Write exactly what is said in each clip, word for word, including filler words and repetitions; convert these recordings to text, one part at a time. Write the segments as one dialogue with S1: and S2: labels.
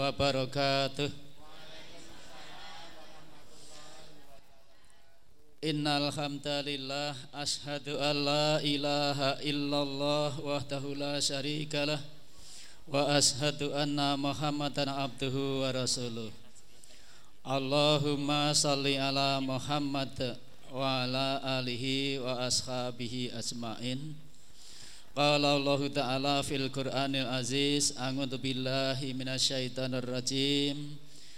S1: wabarakatuh. Innal hamdalillah asyhadu an la ilaha illallah wahdahu la syarikalah wa asyhadu anna Muhammadan abduhu wa rasuluh. Allahumma salli ala Muhammad wa ala alihi wa ashabihi ajmain. Qala Allah Ta'ala fil Qur'anil Aziz, a'udzu billahi minasyaitonir rajim.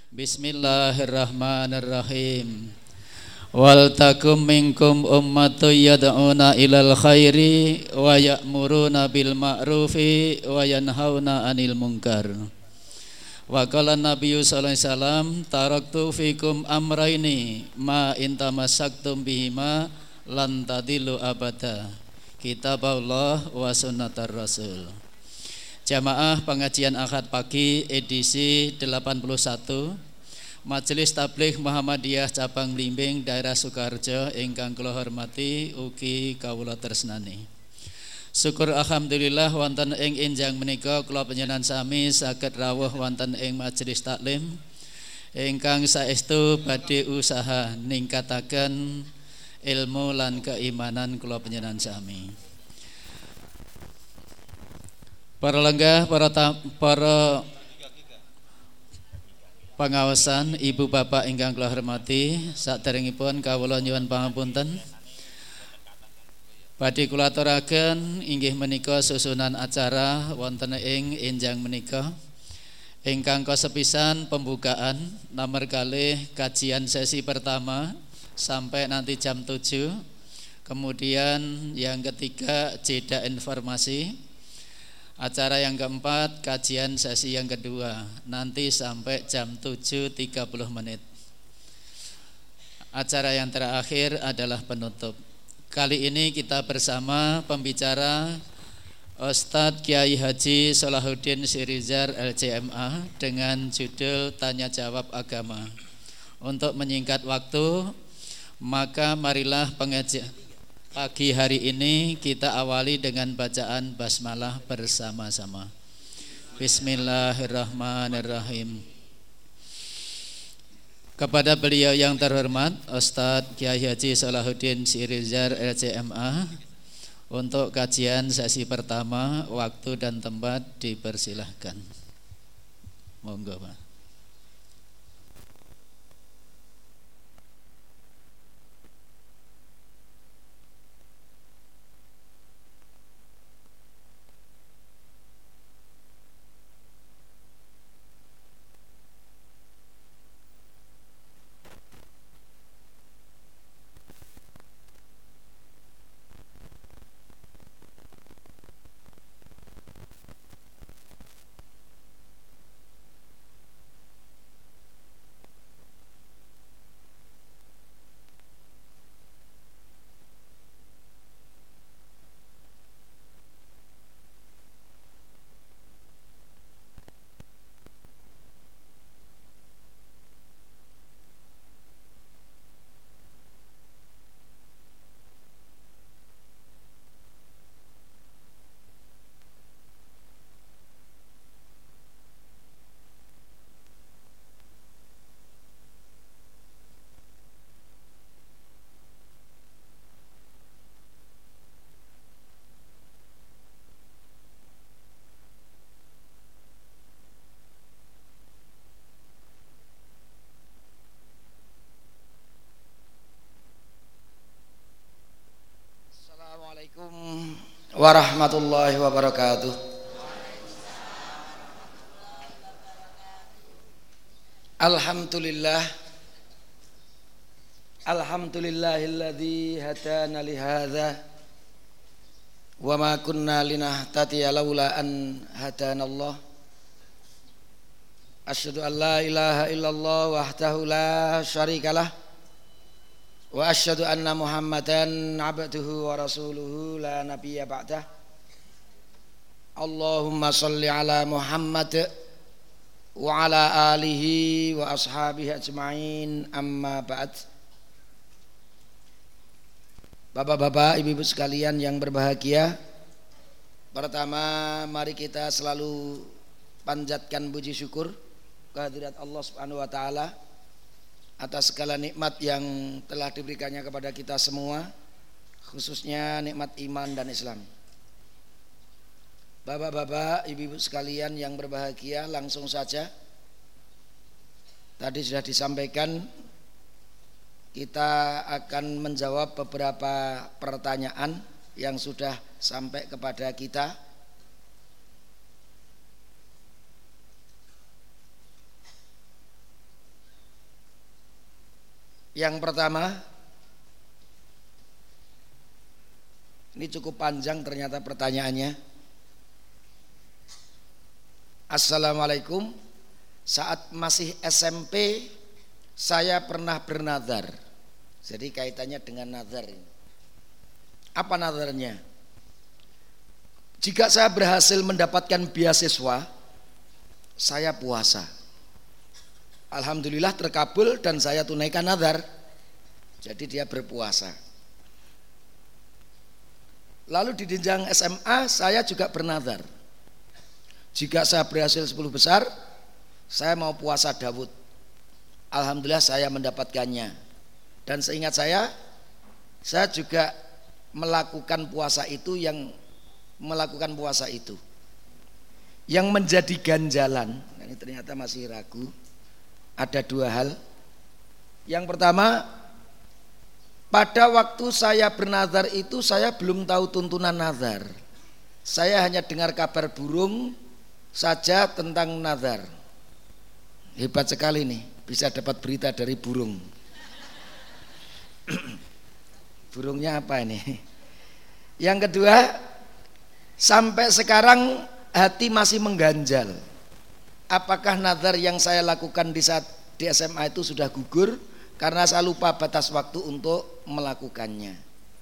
S1: Bismillahirrahmanirrahim. Wal takum minkum ummatun yad'una ilal khairi wa ya'muruna bil ma'rufi wa yanhauna 'anil munkar. Wa qala Nabiyyu sallallahu alaihi wasallam, taraktu fikum amraini ma in tamassaktum bihima lan tadillu abada. Kitab Allah wa sunnatar Rasul. Jamaah pengajian Ahad pagi edisi delapan puluh satu Majelis Tabligh Muhammadiyah Cabang Blimbing Daerah Sukoharjo ingkang kula hormati ugi kawula tresnani. Syukur alhamdulillah wonten ing enjang menika kula panjenengan sami saged rawuh wonten ing majelis taklim ingkang saestu badhe usaha ningkataken ilmu lan keimanan kula panjenengan sami. Para lenggah, para para pangawasan, ibu bapak ingkang kula hormati, saderengipun kawula nyuwun pangapunten. Badhe kula aturaken inggih menika susunan acara wonten ing enjang menika. Ingkang kasepisan pembukaan nomor kalih kajian sesi pertama sampai nanti jam tujuh. Kemudian yang ketiga jeda informasi. Acara yang keempat kajian sesi yang kedua nanti sampai jam tujuh tiga puluh menit. Acara yang terakhir adalah penutup. Kali ini kita bersama pembicara Ustadz Kiai Haji Salahuddin Sirizar L C M A dengan judul Tanya Jawab Agama. Untuk menyingkat waktu, maka marilah pengajian pagi hari ini kita awali dengan bacaan basmalah bersama-sama. Bismillahirrahmanirrahim. Kepada beliau yang terhormat Ustadz Kiai Haji Salahuddin Sirizar L C M A, untuk kajian sesi pertama, waktu dan tempat dipersilahkan. Monggo Pak.
S2: Warahmatullahi wabarakatuh. Alhamdulillah Alhamdulillahilladzi hadana li hadza wa ma kunna linahtadiya laula an hadanallah. Asyhadu an la ilaha illallah wahdahu la syarikalah wa asyhadu anna Muhammadan abduhu wa rasuluhu la nabiyya ba'dah. Allahumma shalli ala Muhammad wa ala alihi wa ashabihi ajma'in, amma ba'd. Bapak-bapak, ibu-ibu sekalian yang berbahagia, pertama mari kita selalu panjatkan puji syukur kehadirat Allah Subhanahu wa taala atas segala nikmat yang telah diberikannya kepada kita semua, khususnya nikmat iman dan Islam. Bapak-bapak, ibu-ibu sekalian yang berbahagia, langsung saja. Tadi sudah disampaikan, kita akan menjawab beberapa pertanyaan yang sudah sampai kepada kita. Yang pertama, ini cukup panjang ternyata pertanyaannya. Assalamualaikum, saat masih S M P saya pernah bernazar. Jadi kaitannya dengan nazar ini. Apa nazarnya? Jika saya berhasil mendapatkan beasiswa, saya puasa. Alhamdulillah terkabul dan saya tunaikan nazar. Jadi dia berpuasa. Lalu di jenjang S M A saya juga bernazar. Jika saya berhasil sepuluh besar, saya mau puasa Daud. Alhamdulillah saya mendapatkannya. Dan seingat saya, saya juga melakukan puasa itu yang melakukan puasa itu. Yang menjadi ganjalan, ini ternyata masih ragu. Ada dua hal. Yang pertama, pada waktu saya bernazar itu saya belum tahu tuntunan nazar. Saya hanya dengar kabar burung saja tentang nazar. Hebat sekali nih, bisa dapat berita dari burung. Burungnya apa ini? Yang kedua, sampai sekarang hati masih mengganjal. Apakah nazar yang saya lakukan di saat di S M A itu sudah gugur karena saya lupa batas waktu untuk melakukannya.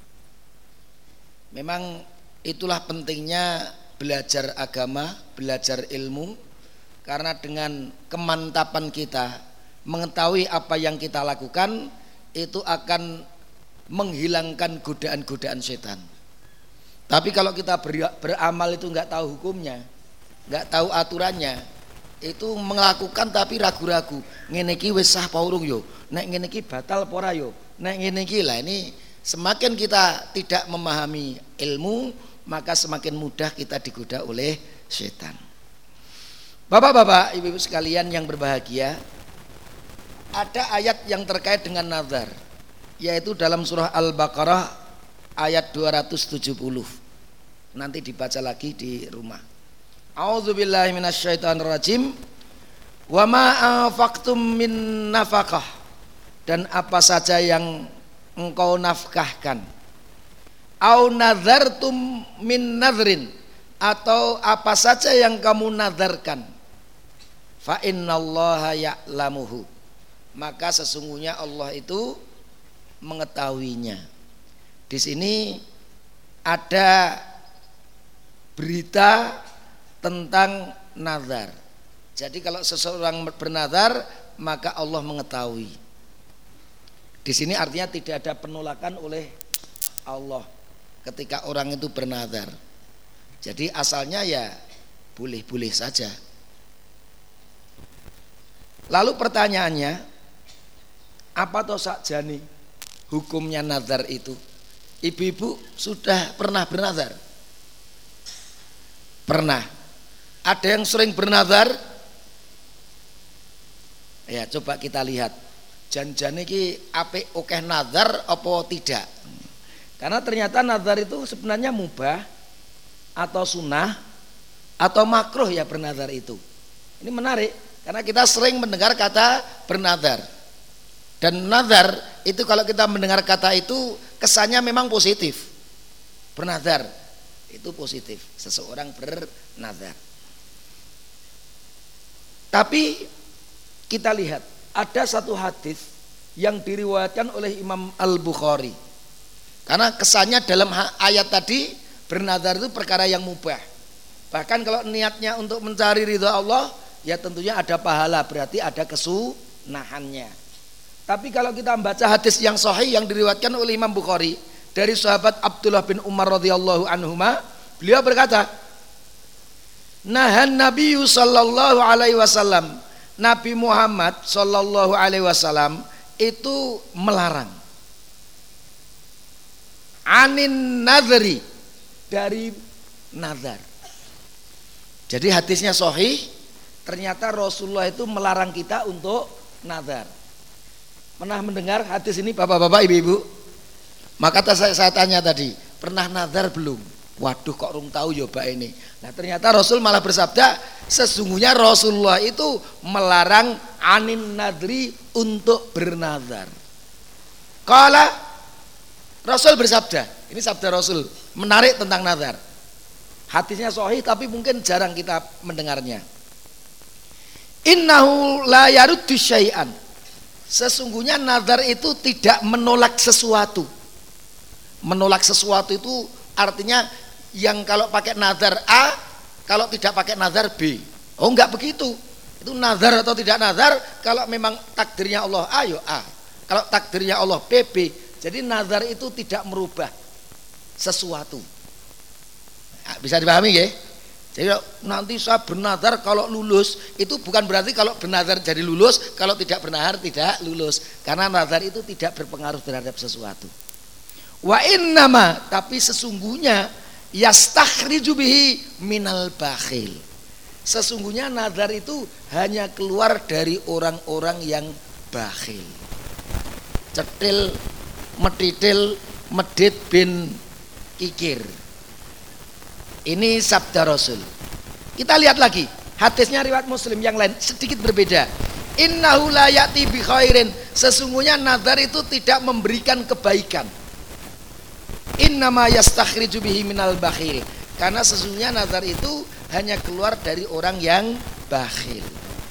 S2: Memang itulah pentingnya belajar agama, belajar ilmu, karena dengan kemantapan kita mengetahui apa yang kita lakukan itu akan menghilangkan godaan-godaan setan. Tapi kalau kita beramal itu nggak tahu hukumnya, nggak tahu aturannya, itu melakukan tapi ragu-ragu. Ngene iki wis sah apa urung yo? Nek ngene iki batal apa ora yo? Nek ngene iki lah, ini semakin kita tidak memahami ilmu, maka semakin mudah kita digoda oleh setan. Bapak-bapak, ibu-ibu sekalian yang berbahagia, ada ayat yang terkait dengan nazar, yaitu dalam surah Al-Baqarah ayat dua ratus tujuh puluh. Nanti dibaca lagi di rumah. A'udzubillahi minasyaitonirrajim. Wa ma anfaqtum min nafaqah, dan apa saja yang engkau nafkahkan. Au nazartum min nadrin, atau apa saja yang kamu nazarkan. Fa innallaha ya'lamuhu, maka sesungguhnya Allah itu mengetahuinya. Di sini ada berita tentang nazar. Jadi kalau seseorang bernazar, maka Allah mengetahui. Di sini artinya tidak ada penolakan oleh Allah ketika orang itu bernazar. Jadi asalnya ya boleh-boleh saja. Lalu pertanyaannya, apa toh sakjane hukumnya nazar itu? Ibu-ibu sudah pernah bernazar? Pernah. Ada yang sering bernazar? Ya, coba kita lihat. Jan-jan iki apik akeh nazar apa tidak? Karena ternyata nazar itu sebenarnya mubah atau sunnah atau makruh ya bernazar itu. Ini menarik karena kita sering mendengar kata bernazar. Dan nazar itu kalau kita mendengar kata itu kesannya memang positif. Bernazar itu positif, seseorang bernazar. Tapi kita lihat ada satu hadis yang diriwayatkan oleh Imam Al-Bukhari. Karena kesannya dalam ayat tadi bernazar itu perkara yang mubah. Bahkan kalau niatnya untuk mencari ridha Allah, ya tentunya ada pahala, berarti ada kesunahannya. Tapi kalau kita membaca hadis yang sahih yang diriwayatkan oleh Imam Bukhari dari sahabat Abdullah bin Umar radhiyallahu anhuma, beliau berkata, nahan Nabi sallallahu alaihi wasallam Nabi Muhammad Shallallahu Alaihi Wasallam itu melarang anin nadri, dari nazar. Jadi hadisnya sahih, ternyata Rasulullah itu melarang kita untuk nazar. Pernah mendengar hadis ini bapak-bapak, ibu-ibu? Maka saya, saya tanya tadi, pernah nazar belum? Waduh, kok rung tahu ya Pak ini. Nah ternyata Rasul malah bersabda, sesungguhnya Rasulullah itu melarang anin nadri, untuk bernazar. Kala Rasul bersabda, ini sabda Rasul menarik tentang nazar. Hadisnya sahih tapi mungkin jarang kita mendengarnya. Innahu la yaruddu syai'an. Sesungguhnya nazar itu tidak menolak sesuatu. Menolak sesuatu itu artinya yang kalau pakai nazar A, kalau tidak pakai nazar B. Oh enggak begitu. Itu nazar atau tidak nazar, kalau memang takdirnya Allah A, yo A. Kalau takdirnya Allah B, B. Jadi nazar itu tidak merubah sesuatu. Nah, bisa dipahami ya? Jadi nanti saya bernazar kalau lulus, itu bukan berarti kalau bernazar jadi lulus, kalau tidak bernazar tidak lulus. Karena nazar itu tidak berpengaruh terhadap sesuatu. Wa innama, tapi sesungguhnya yastakhriju bihi minal bakhil. Sesungguhnya nazar itu hanya keluar dari orang-orang yang bakhil. Cetil, metitil, medit bin kikir. Ini sabda Rasul. Kita lihat lagi hadisnya riwayat Muslim yang lain sedikit berbeda. Innahu la ya'ti bi khairin. Sesungguhnya nazar itu tidak memberikan kebaikan. Innama yastakhriju bihi minal bakhil. Karena sesungguhnya nazar itu hanya keluar dari orang yang bakhil.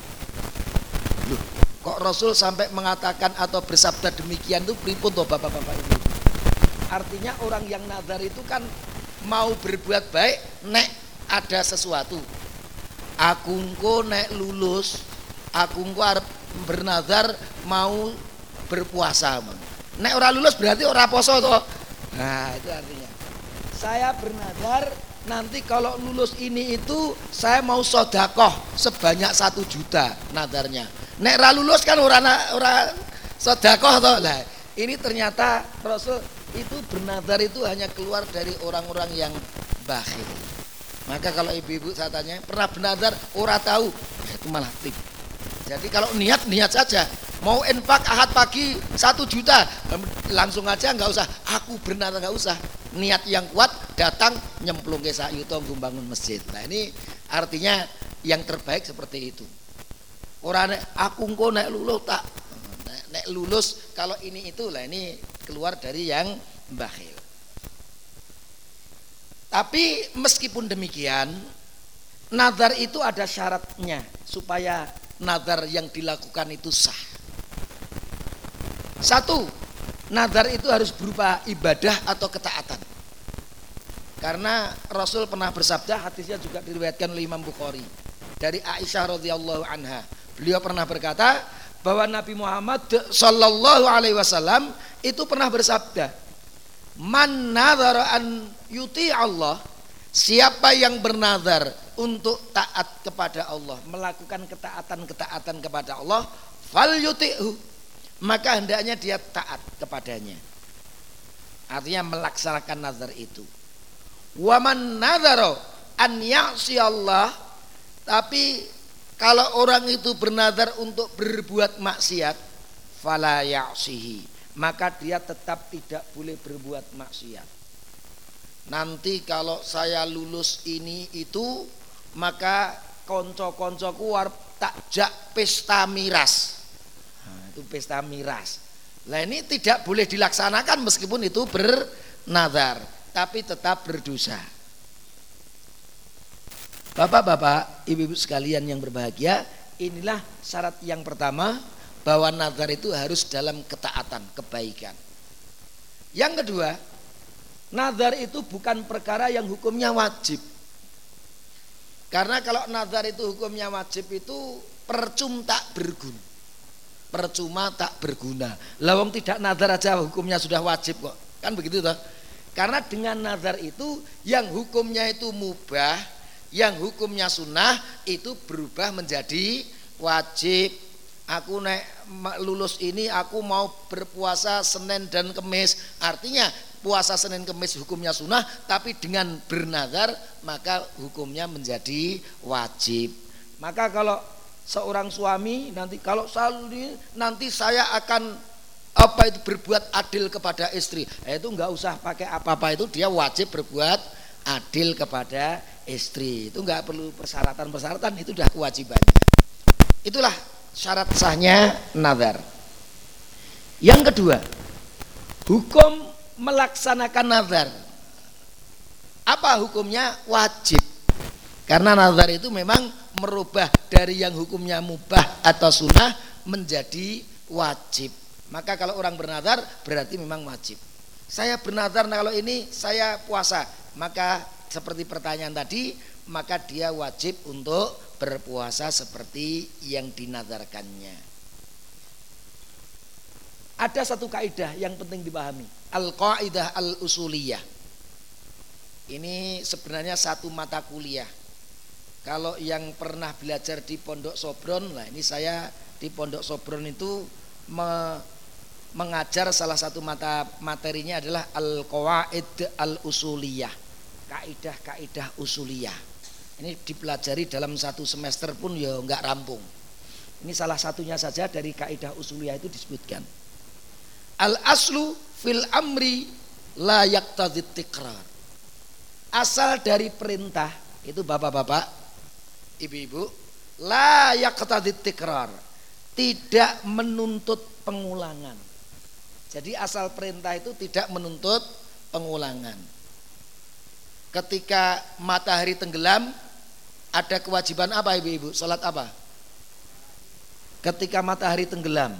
S2: Loh, kok Rasul sampai mengatakan atau bersabda demikian itu pripun toh bapak-bapak ini? Artinya orang yang nazar itu kan mau berbuat baik nek ada sesuatu. Aku engko nek lulus, aku engko arep bernazar mau berpuasa. Nek ora lulus berarti ora poso toh. Nah, itu artinya. Saya bernazar nanti kalau lulus ini itu saya mau sodakoh sebanyak satu juta nadarnya. Nek ra lulus kan orang orang sodakoh toh lah. Ini ternyata Rasul itu bernazar itu hanya keluar dari orang-orang yang bakhil. Maka kalau ibu-ibu saya tanya pernah bernazar ora tahu, itu malah tip. Jadi kalau niat niat saja. Mau infak ahad pagi satu juta langsung aja, nggak usah aku bernazar, nggak usah. Niat yang kuat datang nyemplung ke sayuto membangun masjid. Nah ini artinya yang terbaik seperti itu. Orang aku engko nek lulus tak nek, nek lulus kalau ini itu lah, ini keluar dari yang bakhil. Tapi meskipun demikian, nazar itu ada syaratnya supaya nazar yang dilakukan itu sah. Satu, nazar itu harus berupa ibadah atau ketaatan. Karena Rasul pernah bersabda, hadisnya juga diriwayatkan oleh Imam Bukhari dari Aisyah radhiyallahu anha. Beliau pernah berkata bahwa Nabi Muhammad sallallahu alaihi wasallam itu pernah bersabda, "Man nazara an yuti Allah," siapa yang bernazar untuk taat kepada Allah, melakukan ketaatan-ketaatan kepada Allah, fal yuti'hu, maka hendaknya dia taat kepadanya. Artinya melaksanakan nazar itu. Wa man nazara an ya'si Allah, tapi kalau orang itu bernazar untuk berbuat maksiat, fala ya'sihi, maka dia tetap tidak boleh berbuat maksiat. Nanti kalau saya lulus ini itu, maka konco-koncoku warep takjak pesta miras. Itu pesta miras. Nah ini tidak boleh dilaksanakan meskipun itu bernazar, tapi tetap berdosa. Bapak-bapak, ibu-ibu sekalian yang berbahagia, inilah syarat yang pertama bahwa nazar itu harus dalam ketaatan, kebaikan. Yang kedua, nazar itu bukan perkara yang hukumnya wajib. Karena kalau nazar itu hukumnya wajib itu percuma tak berguna. Percuma tak berguna. Lawang tidak nazar aja hukumnya sudah wajib kok. Kan begitu toh? Karena dengan nazar itu yang hukumnya itu mubah, yang hukumnya sunnah itu berubah menjadi wajib. Aku nek lulus ini aku mau berpuasa Senin dan Kemis. Artinya puasa Senin Kemis hukumnya sunnah, tapi dengan bernazar maka hukumnya menjadi wajib. Maka kalau seorang suami nanti kalau selalu nanti saya akan apa itu berbuat adil kepada istri, eh, itu enggak usah pakai apa-apa, itu dia wajib berbuat adil kepada istri. Itu enggak perlu persyaratan-persyaratan, itu sudah kewajibannya. Itulah syarat sahnya nazar. Yang kedua, hukum melaksanakan nazar. Apa hukumnya? Wajib. Karena nazar itu memang merubah dari yang hukumnya mubah atau sunnah menjadi wajib. Maka kalau orang bernazar berarti memang wajib. Saya bernazar, nah kalau ini saya puasa, maka seperti pertanyaan tadi, maka dia wajib untuk berpuasa seperti yang dinazarkannya. Ada satu kaidah yang penting dipahami, al-qaidah al-usuliyah. Ini sebenarnya satu mata kuliah. Kalau yang pernah belajar di Pondok Sobron, lah ini saya di Pondok Sobron itu me, mengajar salah satu mata materinya adalah al-qawaid al-usuliyah, kaidah-kaidah usuliyah. Ini dipelajari dalam satu semester pun ya enggak rampung. Ini salah satunya saja dari kaidah usuliyah itu disebutkan. Al-aslu fil amri la yaqtadhi tikrar. Asal dari perintah itu bapak-bapak, ibu-ibu, la yaqtadhi tikrar, tidak menuntut pengulangan. Jadi asal perintah itu tidak menuntut pengulangan. Ketika matahari tenggelam, ada kewajiban apa ibu-ibu? Salat apa? Ketika matahari tenggelam,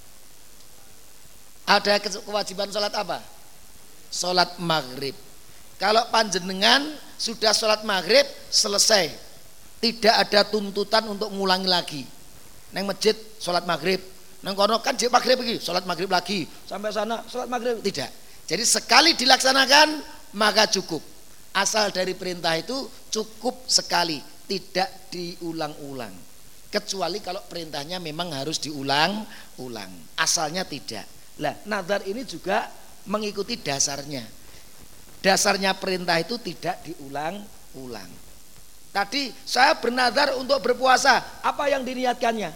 S2: ada kewajiban salat apa? Salat maghrib. Kalau panjenengan sudah salat maghrib selesai, tidak ada tuntutan untuk ngulangi lagi. Neng masjid salat maghrib, neng kono kan jek maghrib lagi, salat maghrib lagi, sampai sana salat maghrib, tidak. Jadi sekali dilaksanakan maka cukup. Asal dari perintah itu cukup sekali, tidak diulang-ulang. Kecuali kalau perintahnya memang harus diulang-ulang. Asalnya tidak. Lah, nazar ini juga mengikuti dasarnya. Dasarnya perintah itu tidak diulang-ulang. Tadi saya bernazar untuk berpuasa, apa yang diniatkannya?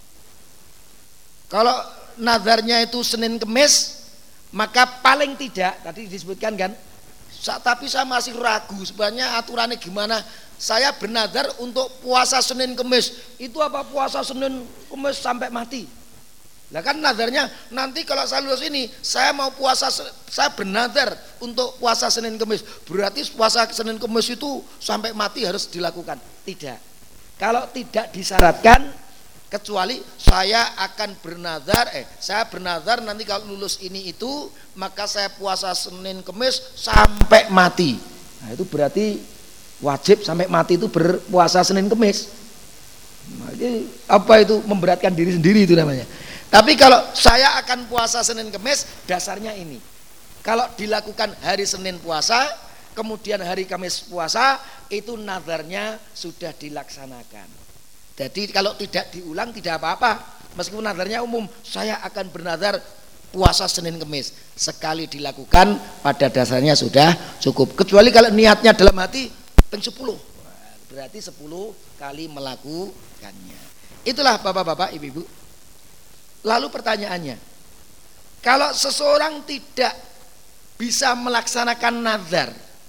S2: Kalau nazarnya itu Senin Kemis, maka paling tidak tadi disebutkan kan, tapi saya masih ragu sebenarnya aturannya gimana. Saya bernazar untuk puasa Senin Kemis. Itu apa puasa Senin Kemis sampai mati? Lah kan nazarnya nanti kalau saya lulus ini saya mau puasa, saya bernazar untuk puasa Senin Kemis. Berarti puasa Senin Kemis itu sampai mati harus dilakukan. Tidak. Kalau tidak disyaratkan, kecuali saya akan bernazar, eh saya bernazar nanti kalau lulus ini itu maka saya puasa Senin Kemis sampai mati. Nah itu berarti wajib sampai mati itu berpuasa Senin Kemis. Nah, ini apa itu memberatkan diri sendiri itu namanya. Tapi kalau saya akan puasa Senin Kemis, dasarnya ini. Kalau dilakukan hari Senin puasa, kemudian hari Kamis puasa, itu nazarnya sudah dilaksanakan. Jadi kalau tidak diulang tidak apa-apa. Meskipun nazarnya umum, saya akan bernazar puasa Senin Kemis. Sekali dilakukan pada dasarnya sudah cukup. Kecuali kalau niatnya dalam hati peng sepuluh. Berarti sepuluh kali melakukannya. Itulah bapak-bapak, ibu-ibu. Lalu pertanyaannya, kalau seseorang tidak bisa melaksanakan nazar,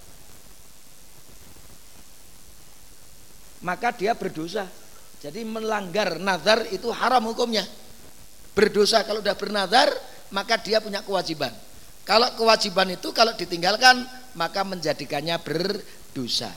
S2: maka dia berdosa. Jadi melanggar nazar itu haram hukumnya. Berdosa kalau sudah bernazar, maka dia punya kewajiban. Kalau kewajiban itu kalau ditinggalkan, maka menjadikannya berdosa.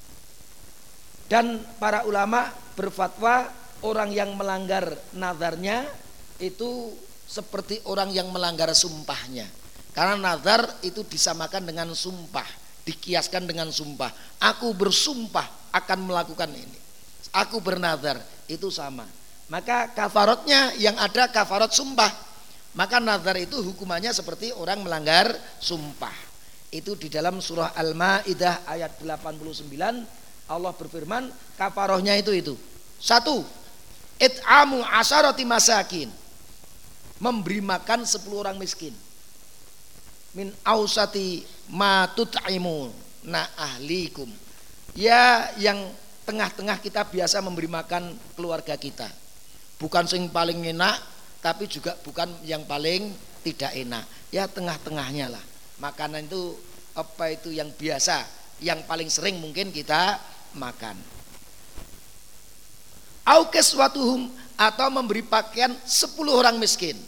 S2: Dan para ulama berfatwa orang yang melanggar nazarnya itu seperti orang yang melanggar sumpahnya. Karena nazar itu disamakan dengan sumpah, dikiaskan dengan sumpah. Aku bersumpah akan melakukan ini. Aku bernazar, itu sama. Maka kafaratnya yang ada kafarat sumpah. Maka nazar itu hukumannya seperti orang melanggar sumpah. Itu di dalam surah Al-Maidah ayat delapan puluh sembilan Allah berfirman, kafarahnya itu itu. Satu, it'amu asyarati masakin, memberi makan sepuluh orang miskin. Min ausati ma tut'imu na ahlikum, ya yang tengah-tengah kita biasa memberi makan keluarga kita, bukan sing paling enak tapi juga bukan yang paling tidak enak, ya tengah-tengahnya lah. Makanan itu apa itu yang biasa, yang paling sering mungkin kita makan. Au kiswatuhum, atau memberi pakaian sepuluh orang miskin.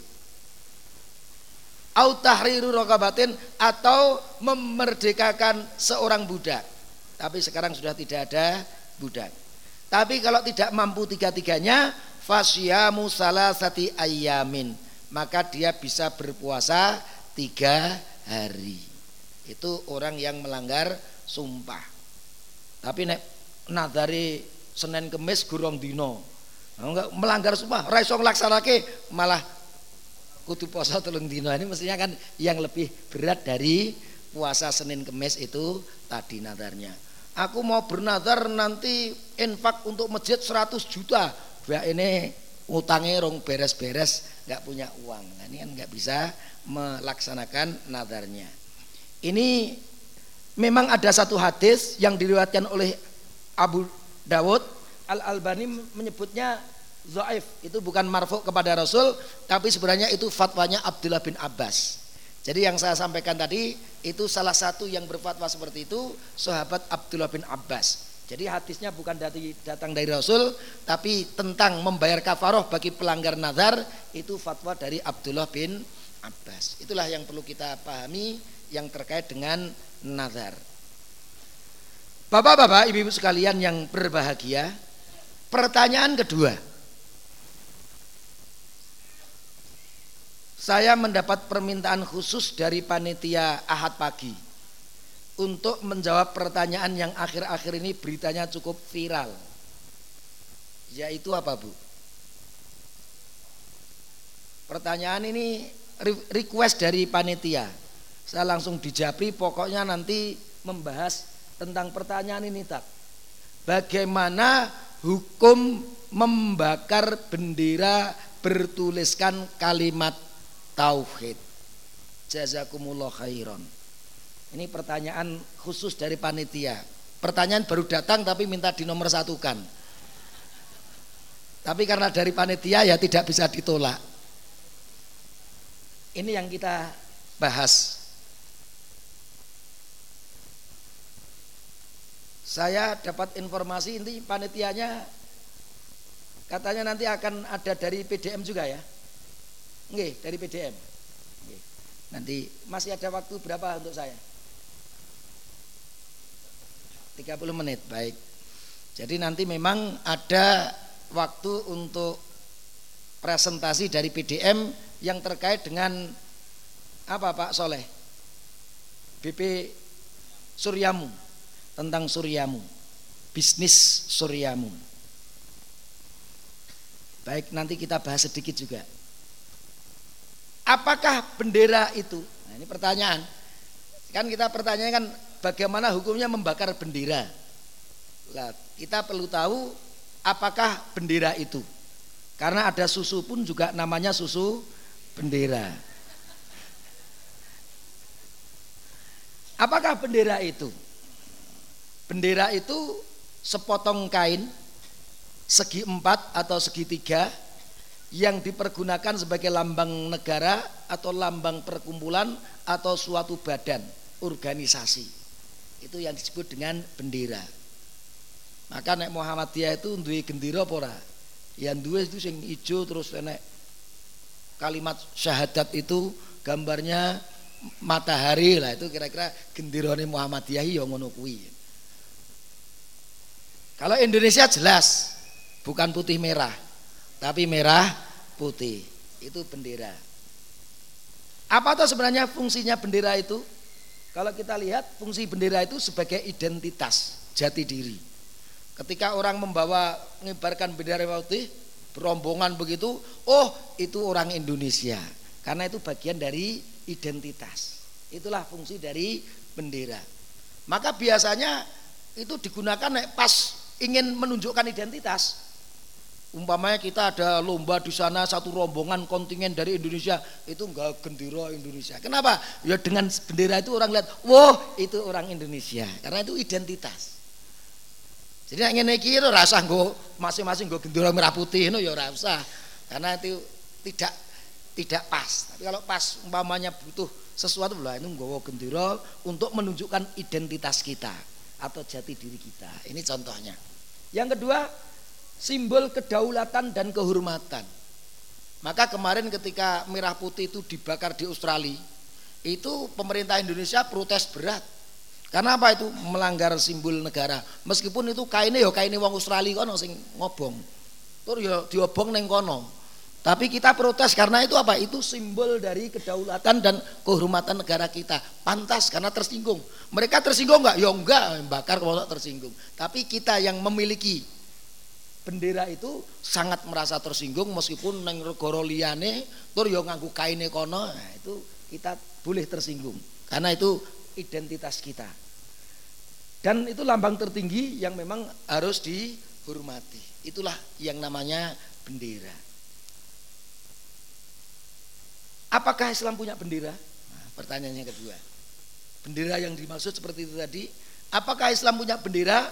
S2: Au tahriru raqabatin, atau memerdekakan seorang budak. Tapi sekarang sudah tidak ada budak. Tapi kalau tidak mampu tiga-tiganya, fasyamu salasati ayyamin, maka dia bisa berpuasa tiga hari. Itu orang yang melanggar sumpah. Tapi nek nadari Senin Kemis gurung dino, enggak melanggar sumpah, ra iso nglaksanake malah kudu puasa telung dino. Ini mestinya kan yang lebih berat dari puasa Senin Kemis itu tadi nadarnya. Aku mau bernadar nanti infak untuk masjid seratus juta. Mbak ini utangnya rong beres-beres, nggak punya uang. Nah, ini kan nggak bisa melaksanakan nadarnya. Ini memang ada satu hadis yang diriwayatkan oleh Abu Dawud, Al-Albani menyebutnya dhaif, itu bukan marfu kepada Rasul, tapi sebenarnya itu fatwanya Abdullah bin Abbas. Jadi yang saya sampaikan tadi itu salah satu yang berfatwa seperti itu sahabat Abdullah bin Abbas. Jadi hadisnya bukan dari, datang dari Rasul, tapi tentang membayar kafaroh bagi pelanggar nazar, itu fatwa dari Abdullah bin Abbas. Itulah yang perlu kita pahami yang terkait dengan nazar. Bapak-bapak, ibu-ibu sekalian yang berbahagia, pertanyaan kedua. Saya mendapat permintaan khusus dari panitia Ahad pagi untuk menjawab pertanyaan yang akhir-akhir ini beritanya cukup viral. Yaitu apa, Bu? Pertanyaan ini request dari panitia. Saya langsung dijabri, pokoknya nanti membahas tentang pertanyaan ini, tak. Bagaimana hukum membakar bendera bertuliskan kalimat tauhid? Jazakumullah khairan. Ini pertanyaan khusus dari panitia. Pertanyaan baru datang tapi minta dinomor satukan. Tapi karena dari panitia ya tidak bisa ditolak. Ini yang kita bahas. Saya dapat informasi ini panitianya katanya nanti akan ada dari P D M juga ya. Nggih, dari P D M. Nggih. Nanti masih ada waktu berapa untuk saya? tiga puluh menit, baik. Jadi nanti memang ada waktu untuk presentasi dari P D M yang terkait dengan apa, Pak Soleh? B P Suryamu, tentang Suryamu, bisnis Suryamu. Baik, nanti kita bahas sedikit juga. Apakah bendera itu? Nah, ini pertanyaan. Kan kita pertanyaan kan bagaimana hukumnya membakar bendera. Lah, kita perlu tahu apakah bendera itu. Karena ada susu pun juga namanya susu bendera. Apakah bendera itu? Bendera itu sepotong kain segi empat atau segitiga yang dipergunakan sebagai lambang negara atau lambang perkumpulan atau suatu badan, organisasi. Itu yang disebut dengan bendera. Maka nek Muhammadiyah itu duwe gendera apa ora? Yang duwe itu sing ijo terus nek kalimat syahadat itu gambarnya matahari lah, itu kira-kira genderane Muhammadiyah ya ngono kuwi. Kalau Indonesia jelas bukan putih merah, tapi merah putih, itu bendera. Apa tuh sebenarnya fungsinya bendera itu? Kalau kita lihat fungsi bendera itu sebagai identitas jati diri. Ketika orang membawa mengibarkan bendera putih, berombongan begitu, oh itu orang Indonesia, karena itu bagian dari identitas. Itulah fungsi dari bendera. Maka biasanya itu digunakan pas ingin menunjukkan identitas. Umpamanya kita ada lomba di sana, satu rombongan kontingen dari Indonesia itu enggak gendera Indonesia. Kenapa? Ya dengan bendera itu orang lihat, wah itu orang Indonesia. Karena itu identitas. Jadi yang ngene iki ora usah nggo masing-masing nggo gendera merah putih no ya ora usah. Karena itu tidak tidak pas. Tapi kalau pas umpamanya butuh sesuatu lah itu nggawa gendera untuk menunjukkan identitas kita atau jati diri kita. Ini contohnya. Yang kedua, simbol kedaulatan dan kehormatan. Maka kemarin ketika merah putih itu dibakar di Australia, itu pemerintah Indonesia protes berat. Karena apa? Itu melanggar simbol negara. Meskipun itu kainnya ya kainnya wong Australia kono sing ngobong. Tur ya diobong neng kono. Tapi kita protes karena itu apa? Itu simbol dari kedaulatan dan kehormatan negara kita. Pantas karena tersinggung. Mereka tersinggung enggak? Ya enggak, bakar kalau tersinggung. Tapi kita yang memiliki bendera itu sangat merasa tersinggung meskipun neng negara liyane tur yo nganggo kaine kono, nah itu kita boleh tersinggung karena itu identitas kita. Dan itu lambang tertinggi yang memang harus dihormati. Itulah yang namanya bendera. Apakah Islam punya bendera? Nah, pertanyaannya kedua. Bendera yang dimaksud seperti itu tadi, apakah Islam punya bendera?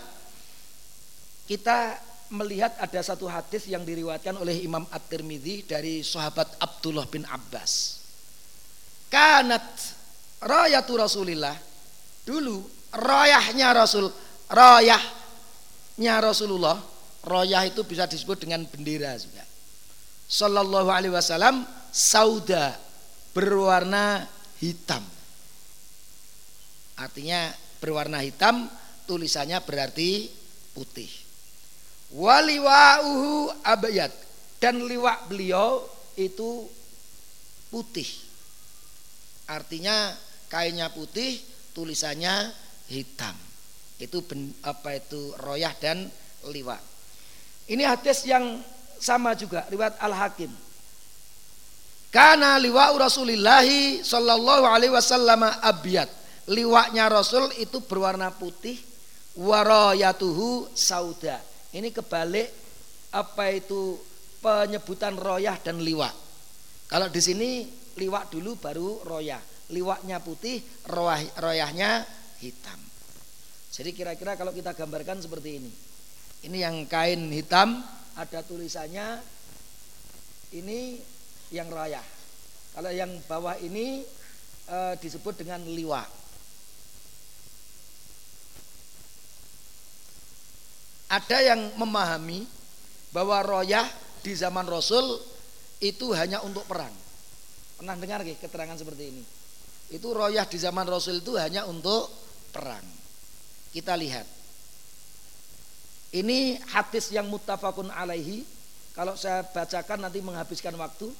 S2: Kita melihat ada satu hadis yang diriwayatkan oleh Imam At-Tirmidzi dari sahabat Abdullah bin Abbas. Kanat rayatu Rasulillah, dulu rayahnya Rasul, rayahnya Rasulullah, rayah itu bisa disebut dengan bendera juga. Sallallahu alaihi wasallam, sauda, berwarna hitam. Artinya berwarna hitam, tulisannya berarti putih. Waliwa'uhu abyad, dan liwa beliau itu putih. Artinya kainnya putih, tulisannya hitam. Itu ben, apa itu royah dan liwa. Ini hadis yang sama juga riwayat Al-Hakim. Kana liwa'u Rasulillahi sallallahu alaihi wasallam abyad. Liwaknya Rasul itu berwarna putih, warayatuhu sauda. Ini kebalik apa itu penyebutan royah dan liwak. Kalau di sini liwak dulu baru royah. Liwaknya putih, royah, royahnya hitam. Jadi kira-kira kalau kita gambarkan seperti ini. Ini yang kain hitam ada tulisannya, ini yang royah. Kalau yang bawah ini e, disebut dengan liwak. Ada yang memahami bahwa royah di zaman Rasul itu hanya untuk perang. Pernah dengar gak keterangan seperti ini? Itu royah di zaman Rasul itu hanya untuk perang. Kita lihat. Ini hadis yang muttafaqun alaihi. Kalau saya bacakan nanti menghabiskan waktu.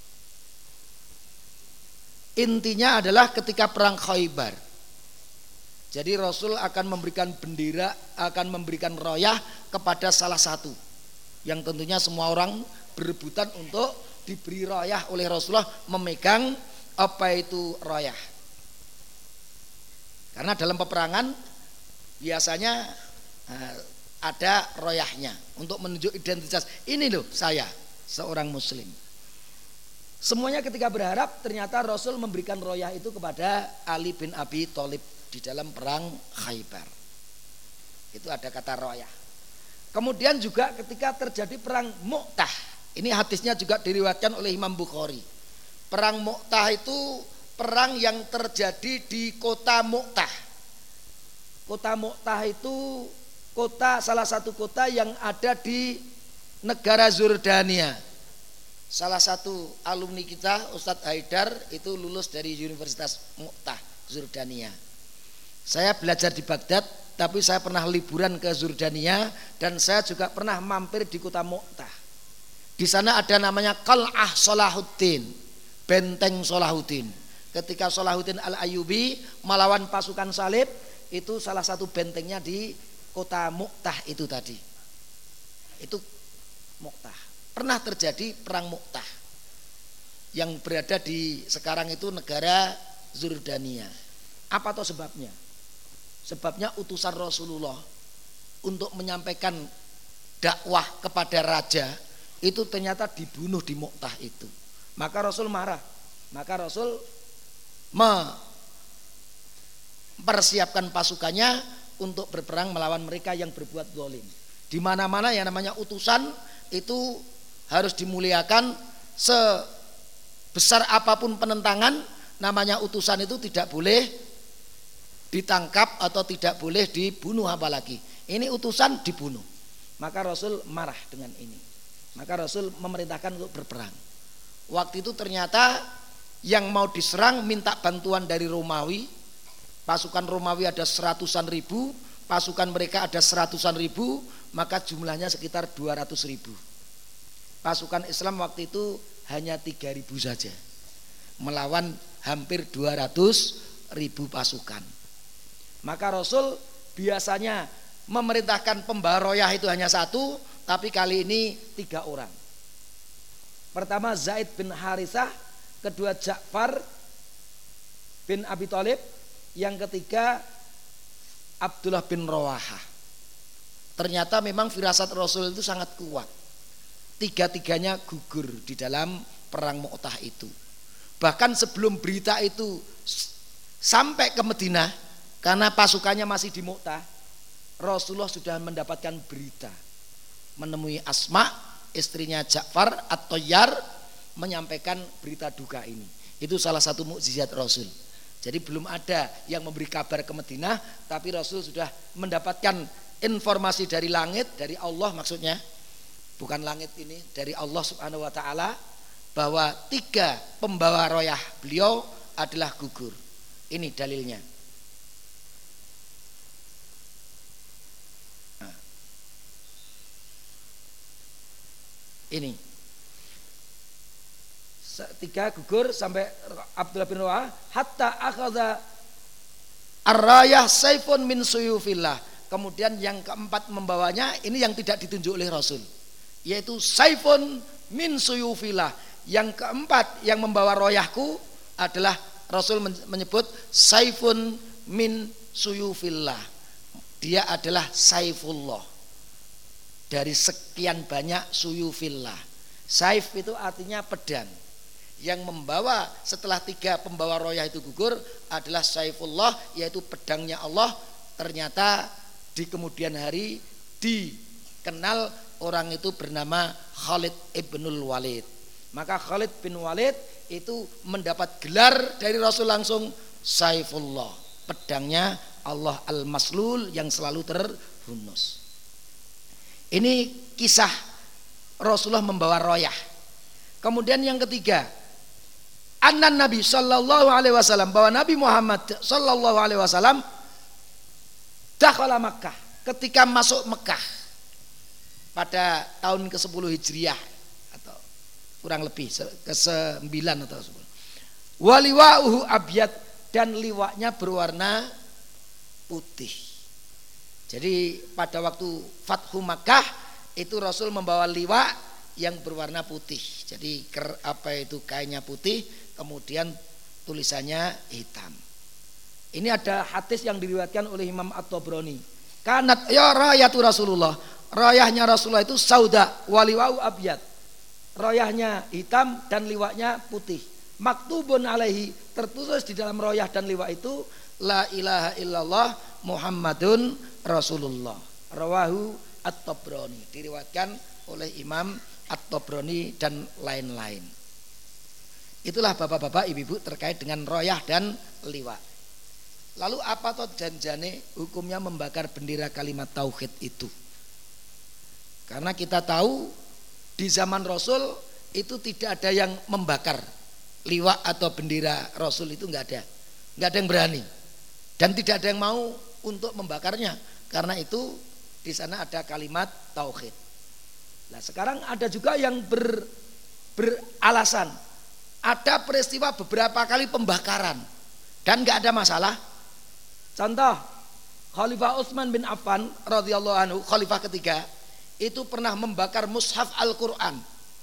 S2: Intinya adalah ketika perang Khaybar. Jadi Rasul akan memberikan bendera, akan memberikan royah kepada salah satu. Yang tentunya semua orang berebutan untuk diberi royah oleh Rasulullah, memegang apa itu royah. Karena dalam peperangan biasanya ada royahnya untuk menunjuk identitas. Ini loh saya, seorang muslim. Semuanya ketika berharap ternyata Rasul memberikan royah itu kepada Ali bin Abi Thalib di dalam perang Khaybar. Itu ada kata royah. Kemudian juga ketika terjadi perang Mu'tah. Ini hadisnya juga diriwayatkan oleh Imam Bukhari. Perang Mu'tah itu perang yang terjadi di kota Mu'tah. Kota Mu'tah itu kota, salah satu kota yang ada di negara Zordania. Salah satu alumni kita, Ustadz Haidar, itu lulus dari Universitas Mu'tah, Zordania. Saya belajar di Baghdad, tapi saya pernah liburan ke Zordania dan saya juga pernah mampir di kota Mu'tah. Di sana ada namanya Qal'ah Salahuddin, benteng Salahuddin. Ketika Salahuddin Al-Ayyubi melawan pasukan Salib, itu salah satu bentengnya di kota Mu'tah itu tadi. Itu Mu'tah. Pernah terjadi perang Mu'tah yang berada di sekarang itu negara Zordania. Apa tuh sebabnya? Sebabnya utusan Rasulullah untuk menyampaikan dakwah kepada raja itu ternyata dibunuh di Mu'tah itu. Maka Rasul marah. Maka Rasul mempersiapkan pasukannya untuk berperang melawan mereka yang berbuat zalim. Di mana-mana yang namanya utusan itu harus dimuliakan, sebesar apapun penentangan, namanya utusan itu tidak boleh ditangkap atau tidak boleh dibunuh apalagi. Ini utusan dibunuh. Maka Rasul marah dengan ini. Maka Rasul memerintahkan untuk berperang. Waktu itu ternyata yang mau diserang minta bantuan dari Romawi. Pasukan Romawi ada seratusan ribu, pasukan mereka ada seratusan ribu, maka jumlahnya sekitar dua ratus ribu. Pasukan Islam waktu itu hanya tiga ribu saja, melawan hampir dua ratus ribu pasukan. Maka Rasul biasanya memerintahkan pembawa royah itu hanya satu, tapi kali ini tiga orang. Pertama Zaid bin Harithah, kedua Ja'far bin Abi Thalib, yang ketiga Abdullah bin Rawahah. Ternyata memang firasat Rasul itu sangat kuat. Tiga-tiganya gugur di dalam perang Mu'tah itu. Bahkan sebelum berita itu sampai ke Madinah, karena pasukannya masih di Mu'tah, Rasulullah sudah mendapatkan berita, menemui Asma, istrinya Ja'far At-Tayyar, menyampaikan berita duka ini. Itu salah satu mukjizat Rasul. Jadi belum ada yang memberi kabar ke Madinah, tapi Rasul sudah mendapatkan informasi dari langit, dari Allah maksudnya, bukan langit ini, dari Allah Subhanahu wa taala, bahwa tiga pembawa royah beliau adalah gugur. Ini dalilnya. Nah. Ini tiga gugur sampai Abdullah bin Rawahah, hatta akhadha ar-rayah saifun min suyufillah. Kemudian yang keempat membawanya, ini yang tidak ditunjuk oleh Rasul, yaitu saifun min suyufillah. Yang keempat yang membawa royahku adalah Rasul menyebut saifun min suyufillah. Dia adalah saifullah dari sekian banyak suyufillah. Saif itu artinya pedang. Yang membawa setelah tiga pembawa royah itu gugur adalah saifullah, yaitu pedangnya Allah. Ternyata di kemudian hari dikenal orang itu bernama Khalid ibnul Walid. Maka Khalid bin Walid itu mendapat gelar dari Rasul langsung saifullah, pedangnya Allah al-maslul yang selalu terhunus. Ini kisah Rasulullah membawa royah. Kemudian yang ketiga, Anan Nabi Sallallahu Alaihi Wasallam, bahwa Nabi Muhammad Sallallahu Alaihi Wasallam dakhala Makkah, ketika masuk Mekah pada tahun ke sepuluh Hijriah atau kurang lebih ke sembilan atau sepuluh. Waliwa'uhu abyad, dan liwaknya berwarna putih. Jadi pada waktu Fathu Makkah itu Rasul membawa liwak yang berwarna putih. Jadi apa itu kainnya putih, kemudian tulisannya hitam. Ini ada hadis yang diriwayatkan oleh Imam At-Tabrani. Kanat ya rayatu Rasulullah, rayahnya Rasulullah itu sauda waliwau abyad, rayahnya hitam dan liwaknya putih. Maktubun alaihi, tertulis di dalam rayah dan liwak itu la ilaha illallah Muhammadun Rasulullah. Rawahu At-Tabrani, diriwayatkan oleh Imam At-Tabrani dan lain-lain. Itulah bapak-bapak ibu-ibu terkait dengan royah dan liwak. Lalu apa toh janjane hukumnya membakar bendera kalimat tauhid itu? Karena kita tahu di zaman Rasul itu tidak ada yang membakar liwak atau bendera Rasul, itu nggak ada, nggak ada yang berani dan tidak ada yang mau untuk membakarnya. Karena itu di sana ada kalimat tauhid. Nah sekarang ada juga yang ber, beralasan ada peristiwa beberapa kali pembakaran dan nggak ada masalah. Contoh, Khalifah Utsman bin Affan radhiyallahu anhu, khalifah ketiga, itu pernah membakar mushaf Al-Quran.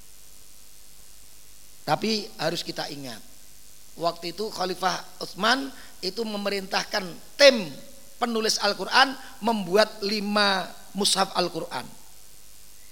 S2: Tapi harus kita ingat, waktu itu Khalifah Utsman itu memerintahkan tim penulis Al-Quran membuat lima mushaf Al-Quran.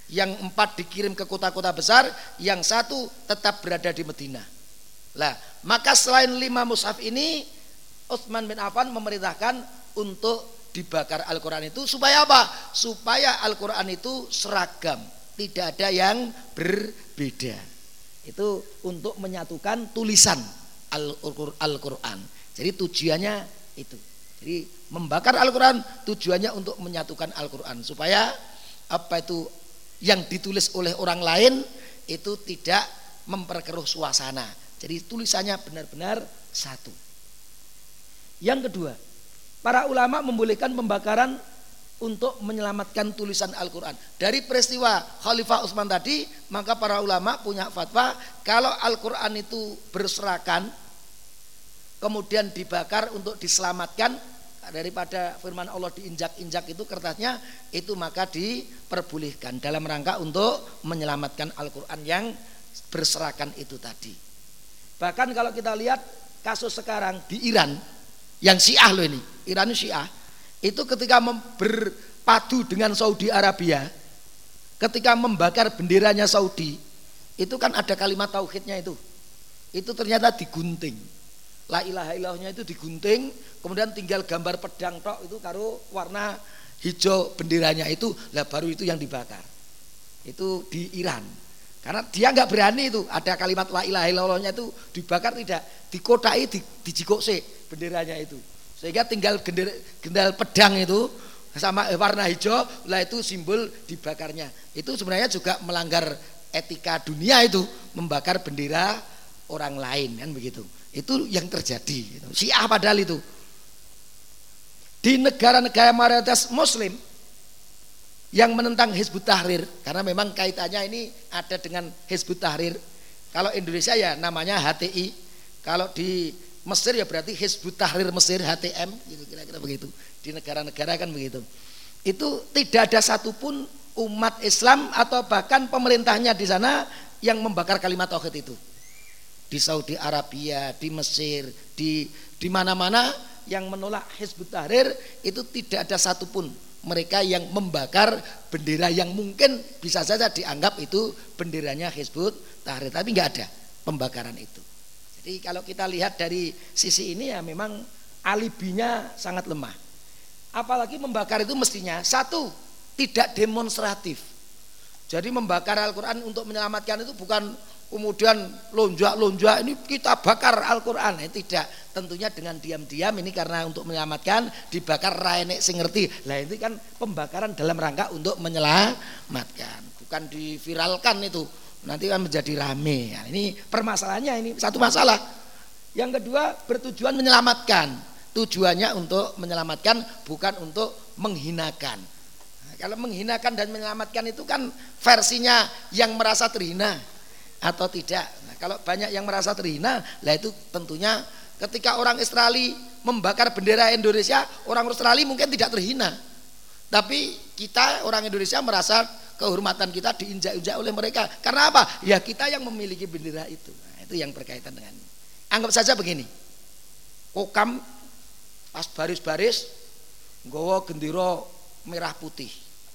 S2: yang empat dikirim ke kota-kota besar, yang satu tetap berada di Madinah. Lah, maka selain lima mushaf ini, Utsman bin Affan memerintahkan untuk dibakar Al-Quran itu supaya apa? Supaya Al-Quran itu seragam, tidak ada yang berbeda. Itu untuk menyatukan tulisan Al-Quran. Jadi tujuannya itu. Jadi membakar Al-Quran tujuannya untuk menyatukan Al-Quran supaya apa itu yang ditulis oleh orang lain itu tidak memperkeruh suasana. Jadi tulisannya benar-benar satu. Yang kedua, para ulama membolehkan pembakaran untuk menyelamatkan tulisan Al-Quran. Dari peristiwa Khalifah Utsman tadi, maka para ulama punya fatwa kalau Al-Quran itu berserakan kemudian dibakar untuk diselamatkan daripada firman Allah diinjak-injak itu kertasnya, itu maka diperbolehkan dalam rangka untuk menyelamatkan Al-Quran yang berserakan itu tadi. Bahkan kalau kita lihat kasus sekarang di Iran yang Syiah loh ini, Iran Syiah itu ketika berpadu dengan Saudi Arabia, ketika membakar benderanya Saudi, itu kan ada kalimat tauhidnya itu, itu ternyata digunting. La ilaha illallahnya itu digunting, kemudian tinggal gambar pedang tok itu karo warna hijau benderanya itu, lah baru itu yang dibakar. Itu di Iran. Karena dia nggak berani itu ada kalimat la ilaha illallahnya itu dibakar, tidak, dikotai, di, dijikose benderanya itu. Sehingga tinggal gendera, gendal pedang itu sama warna hijau, lah itu simbol dibakarnya. Itu sebenarnya juga melanggar etika dunia itu, membakar bendera orang lain kan begitu. Itu yang terjadi gitu. Syiah padahal itu di negara-negara mayoritas Muslim yang menentang Hizbut Tahrir, karena memang kaitannya ini ada dengan Hizbut Tahrir. Kalau Indonesia ya namanya H T I, kalau di Mesir ya berarti Hizbut Tahrir Mesir, H T M gitu, kira-kira begitu. Di negara-negara kan begitu. Itu tidak ada satupun umat Islam atau bahkan pemerintahnya di sana yang membakar kalimat tauhid itu. Di Saudi Arabia, di Mesir, di di mana-mana yang menolak Hizbut Tahrir itu tidak ada satupun mereka yang membakar bendera yang mungkin bisa saja dianggap itu benderanya Hizbut Tahrir, tapi nggak ada pembakaran itu. Jadi kalau kita lihat dari sisi ini ya memang alibinya sangat lemah. Apalagi membakar itu mestinya satu, tidak demonstratif. Jadi membakar Al-Quran untuk menyelamatkan itu bukan kemudian lonjak-lonjak ini kita bakar Al-Quran, eh, tidak, tentunya dengan diam-diam ini karena untuk menyelamatkan dibakar raenek sing ngerti. Lah itu kan pembakaran dalam rangka untuk menyelamatkan, bukan diviralkan itu nanti kan menjadi rame. Nah, ini permasalahannya, ini satu masalah. Yang kedua bertujuan menyelamatkan, tujuannya untuk menyelamatkan bukan untuk menghinakan. Nah, kalau menghinakan dan menyelamatkan itu kan versinya yang merasa terhina atau tidak. Nah, kalau banyak yang merasa terhina, lah itu tentunya ketika orang Australia membakar bendera Indonesia, orang Australia mungkin tidak terhina, tapi kita orang Indonesia merasa kehormatan kita diinjak-injak oleh mereka. Karena apa? Ya kita yang memiliki bendera itu. Nah, itu yang berkaitan dengan. Anggap saja begini, Kokam pas baris-baris nggawa gendera merah putih.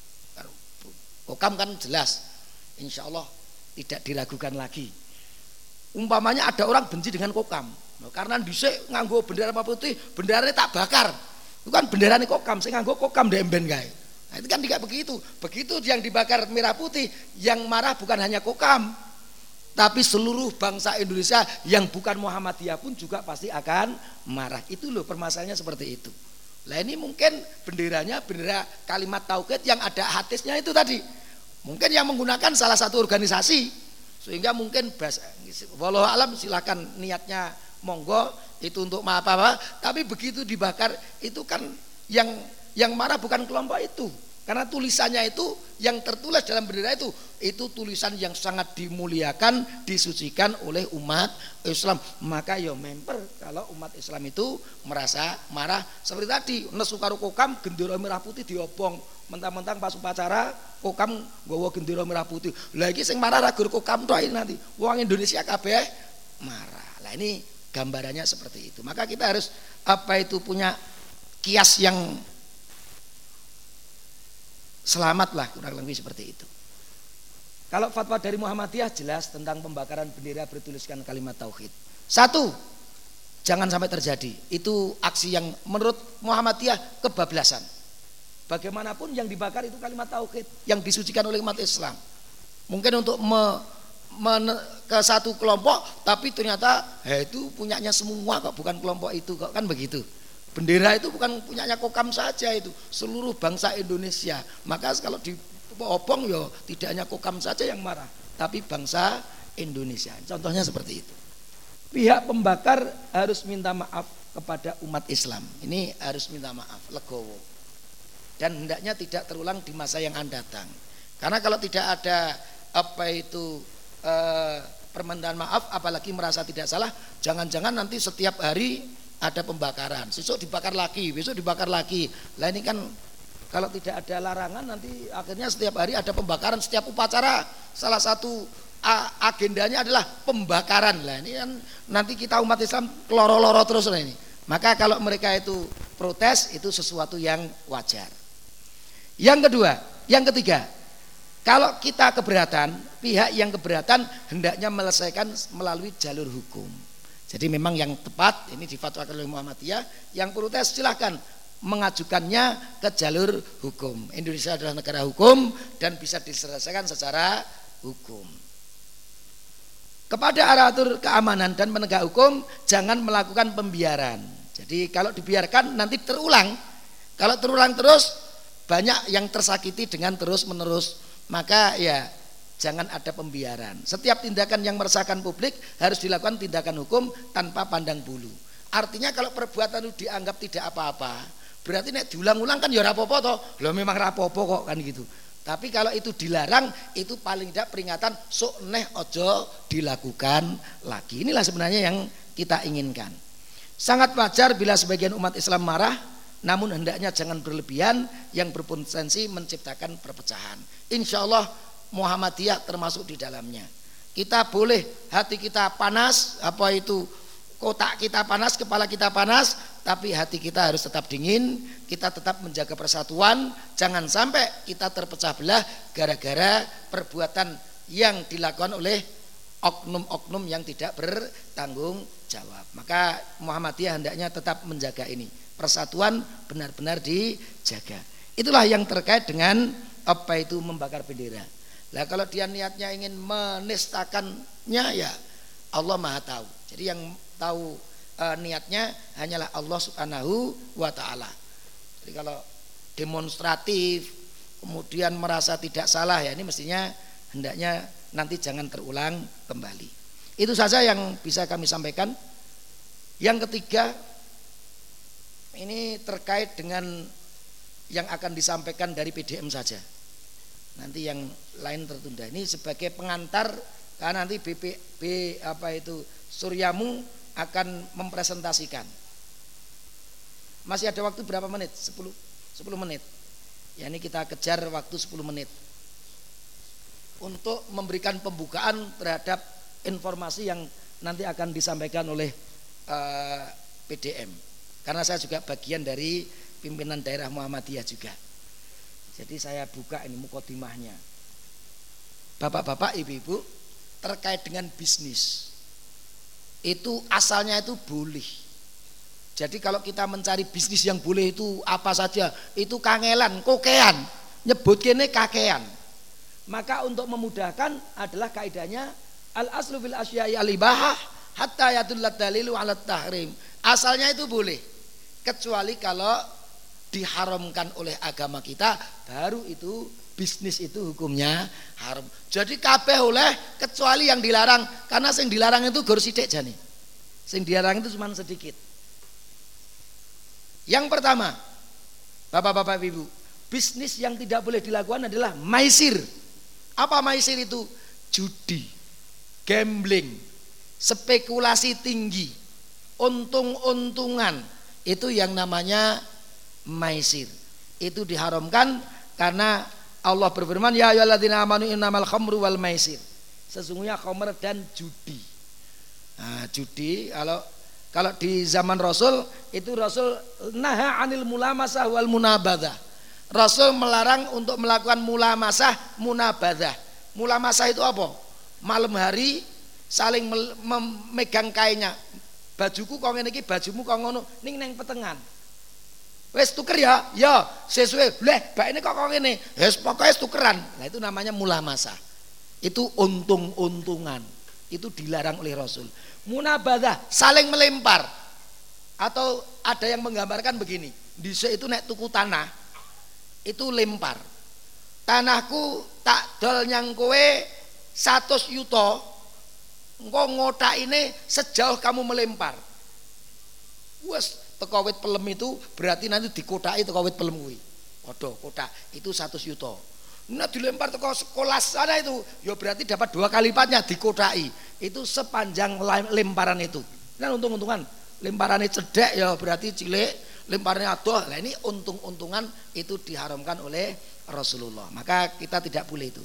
S2: Kokam kan jelas, insya Allah tidak diragukan lagi. Umpamanya ada orang benci dengan Kokam, karena dhisik nganggo bendera merah putih, benderanya tak bakar. Itu kan benderane Kokam, sing nganggo Kokam demben kae. Nah, itu kan tidak begitu. Begitu yang dibakar merah putih, yang marah bukan hanya Kokam, tapi seluruh bangsa Indonesia yang bukan Muhammadiyah pun juga pasti akan marah. Itu loh permasalahannya seperti itu. Lah ini mungkin benderanya bendera kalimat tauhid yang ada hadisnya itu tadi. Mungkin yang menggunakan salah satu organisasi, sehingga mungkin wallahu alam, silakan niatnya monggo itu untuk apa-apa, tapi begitu dibakar itu kan yang yang marah bukan kelompok itu, karena tulisannya itu yang tertulis dalam bendera itu itu tulisan yang sangat dimuliakan, disucikan oleh umat Islam. Maka ya member kalau umat Islam itu merasa marah seperti tadi nesu karo Kokam gendera merah putih diobong, mentang-mentang pas upacara Kokam nggawa gendera merah putih. Lah iki sing marah ra gur Kokam tok nanti wong Indonesia kabeh marah. Lah ini gambarannya seperti itu. Maka kita harus apa itu punya kias yang selamat lah, kurang lebih seperti itu. Kalau fatwa dari Muhammadiyah jelas tentang pembakaran bendera bertuliskan kalimat tauhid. Satu, jangan sampai terjadi. Itu aksi yang menurut Muhammadiyah kebablasan. Bagaimanapun yang dibakar itu kalimat tauhid yang disucikan oleh umat Islam. Mungkin untuk me, me, ke satu kelompok, tapi ternyata eh, itu punyanya semua kok, bukan kelompok itu kok, kan begitu. Bendera itu bukan punyanya Kokam saja, itu seluruh bangsa Indonesia. Maka kalau diobong ya tidak hanya Kokam saja yang marah, tapi bangsa Indonesia. Contohnya seperti itu. Pihak pembakar harus minta maaf kepada umat Islam. Ini harus minta maaf, legowo. Dan hendaknya tidak terulang di masa yang akan datang. Karena kalau tidak ada apa itu eh, permintaan maaf, apalagi merasa tidak salah, jangan-jangan nanti setiap hari ada pembakaran, besok dibakar lagi, besok dibakar lagi. Lah ini kan kalau tidak ada larangan nanti akhirnya setiap hari ada pembakaran, setiap upacara salah satu agendanya adalah pembakaran. Lah ini kan nanti kita umat Islam keloro-loro terus lah ini. Maka kalau mereka itu protes itu sesuatu yang wajar. Yang kedua, yang ketiga, kalau kita keberatan, pihak yang keberatan hendaknya menyelesaikan melalui jalur hukum. Jadi memang yang tepat ini difatwakan oleh Muhammadiyah, yang protes silahkan mengajukannya ke jalur hukum. Indonesia adalah negara hukum dan bisa diselesaikan secara hukum. Kepada aparatur keamanan dan penegak hukum jangan melakukan pembiaran. Jadi kalau dibiarkan nanti terulang. Kalau terulang terus banyak yang tersakiti dengan terus menerus, maka ya jangan ada pembiaran. Setiap tindakan yang meresahkan publik harus dilakukan tindakan hukum tanpa pandang bulu. Artinya kalau perbuatan itu dianggap tidak apa-apa, berarti nek diulang-ulang kan ya rapopo toh. Loh memang rapopo kok kan gitu. Tapi kalau itu dilarang, itu paling tidak peringatan sok neh ojo dilakukan lagi. Inilah sebenarnya yang kita inginkan. Sangat wajar bila sebagian umat Islam marah, namun hendaknya jangan berlebihan yang berpotensi menciptakan perpecahan. Insya Allah Muhammadiyah termasuk di dalamnya. Kita boleh hati kita panas, apa itu kotak kita panas, kepala kita panas, tapi hati kita harus tetap dingin. Kita tetap menjaga persatuan, jangan sampai kita terpecah belah gara-gara perbuatan yang dilakukan oleh oknum-oknum yang tidak bertanggung jawab. Maka Muhammadiyah hendaknya tetap menjaga ini. Persatuan benar-benar dijaga. Itulah yang terkait dengan apa itu membakar bendera. Lah kalau dia niatnya ingin menistakannya ya Allah Maha tahu. Jadi yang tahu e, niatnya hanyalah Allah Subhanahu wa taala. Jadi kalau demonstratif kemudian merasa tidak salah ya ini mestinya hendaknya nanti jangan terulang kembali. Itu saja yang bisa kami sampaikan. Yang ketiga ini terkait dengan yang akan disampaikan dari P D M saja. Nanti yang lain tertunda. Ini sebagai pengantar karena nanti B P B apa itu Suryamu akan mempresentasikan. Masih ada waktu berapa menit? sepuluh menit. Ya ini kita kejar waktu sepuluh menit. Untuk memberikan pembukaan terhadap informasi yang nanti akan disampaikan oleh uh, P D M. Karena saya juga bagian dari pimpinan daerah Muhammadiyah juga. Jadi saya buka ini mukadimahnya. Bapak-bapak, ibu-ibu, terkait dengan bisnis. Itu asalnya itu boleh. Jadi kalau kita mencari bisnis yang boleh itu apa saja, itu kangelan, kokean, nyebut kene kakean. Maka untuk memudahkan adalah kaidahnya al aslu fil asya'i al ibahah hatta yadullat dalilu ala tahrim. Asalnya itu boleh, kecuali kalau diharamkan oleh agama kita, baru itu bisnis itu hukumnya haram. Jadi kabeh oleh kecuali yang dilarang, karena sing dilarang itu gor sithik jane. Sing dilarang itu cuma sedikit. Yang pertama, Bapak-bapak Ibu, bisnis yang tidak boleh dilakukan adalah maisir. Apa maisir itu? Judi, gambling, spekulasi tinggi, untung-untungan, itu yang namanya maisir. Itu diharamkan karena Allah berfirman ya ayyuhalladzina amanu innamal khamru wal maisir. Sesungguhnya khamr dan judi. Nah, judi kalau kalau di zaman Rasul itu Rasul naha anil mulamasah wal munabadah. Rasul melarang untuk melakukan mulamasah, munabadah. Mulamasah itu apa? Malam hari saling memegang kainnya. Bajuku kok ngene iki, bajumu kok ngono, ning neng petengan. Wes tuker ya, ya sesuai. Leh, bak ini kok kok ngene. Wes pokoknya tukeran. Nah itu namanya mulamasah. Itu untung-untungan. Itu dilarang oleh Rasul. Munabadah, saling melempar. Atau ada yang menggambarkan begini. Dhisik itu nek tuku tanah, itu lempar. Tanahku tak dol nyang kowe seratus yuta. Engko ngotak ini sejauh kamu melempar. Wes teko wit pelem itu berarti nanti dikotaki teko wit pelem kuwi. Padha kotak itu seratus yuta. Nah dilempar teko sekolah sana itu ya berarti dapat dua kali lipatnya dikotaki. Itu sepanjang lemparan itu. Nah untung-untungan lemparannya cedek ya berarti cilik, lemparannya adoh. Lah ini untung-untungan itu diharamkan oleh Rasulullah. Maka kita tidak boleh itu.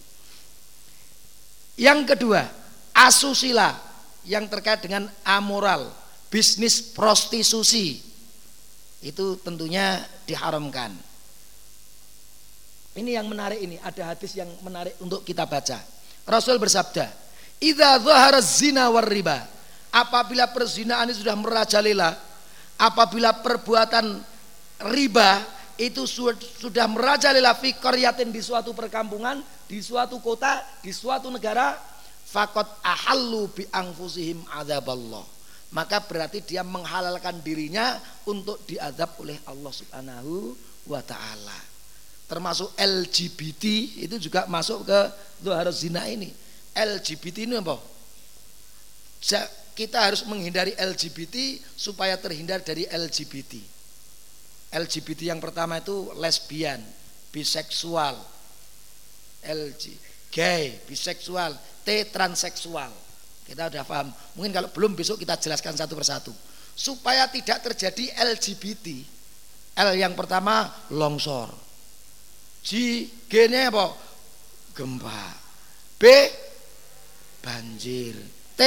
S2: Yang kedua, asusila yang terkait dengan amoral, bisnis prostitusi itu tentunya diharamkan. Ini yang menarik, ini ada hadis yang menarik untuk kita baca. Rasul bersabda, "Idza dhahara zina war riba." Apabila perzinahan itu sudah merajalela, apabila perbuatan riba itu sudah merajalela fi qaryatin, di suatu perkampungan, di suatu kota, di suatu negara, faqad ahallu bi anfusihim adzaballah. Maka berarti dia menghalalkan dirinya untuk diazab oleh Allah Subhanahu wa taala. Termasuk L G B T itu juga masuk ke dhahar zina ini. L G B T ini apa? Kita harus menghindari L G B T supaya terhindar dari L G B T. L G B T yang pertama itu lesbian, biseksual, L G, gay, biseksual, T transseksual. Kita udah paham. Mungkin kalau belum besok kita jelaskan satu persatu. Supaya tidak terjadi L G B T. L yang pertama longsor. G, G-nya apa? Gempa. B, banjir. T,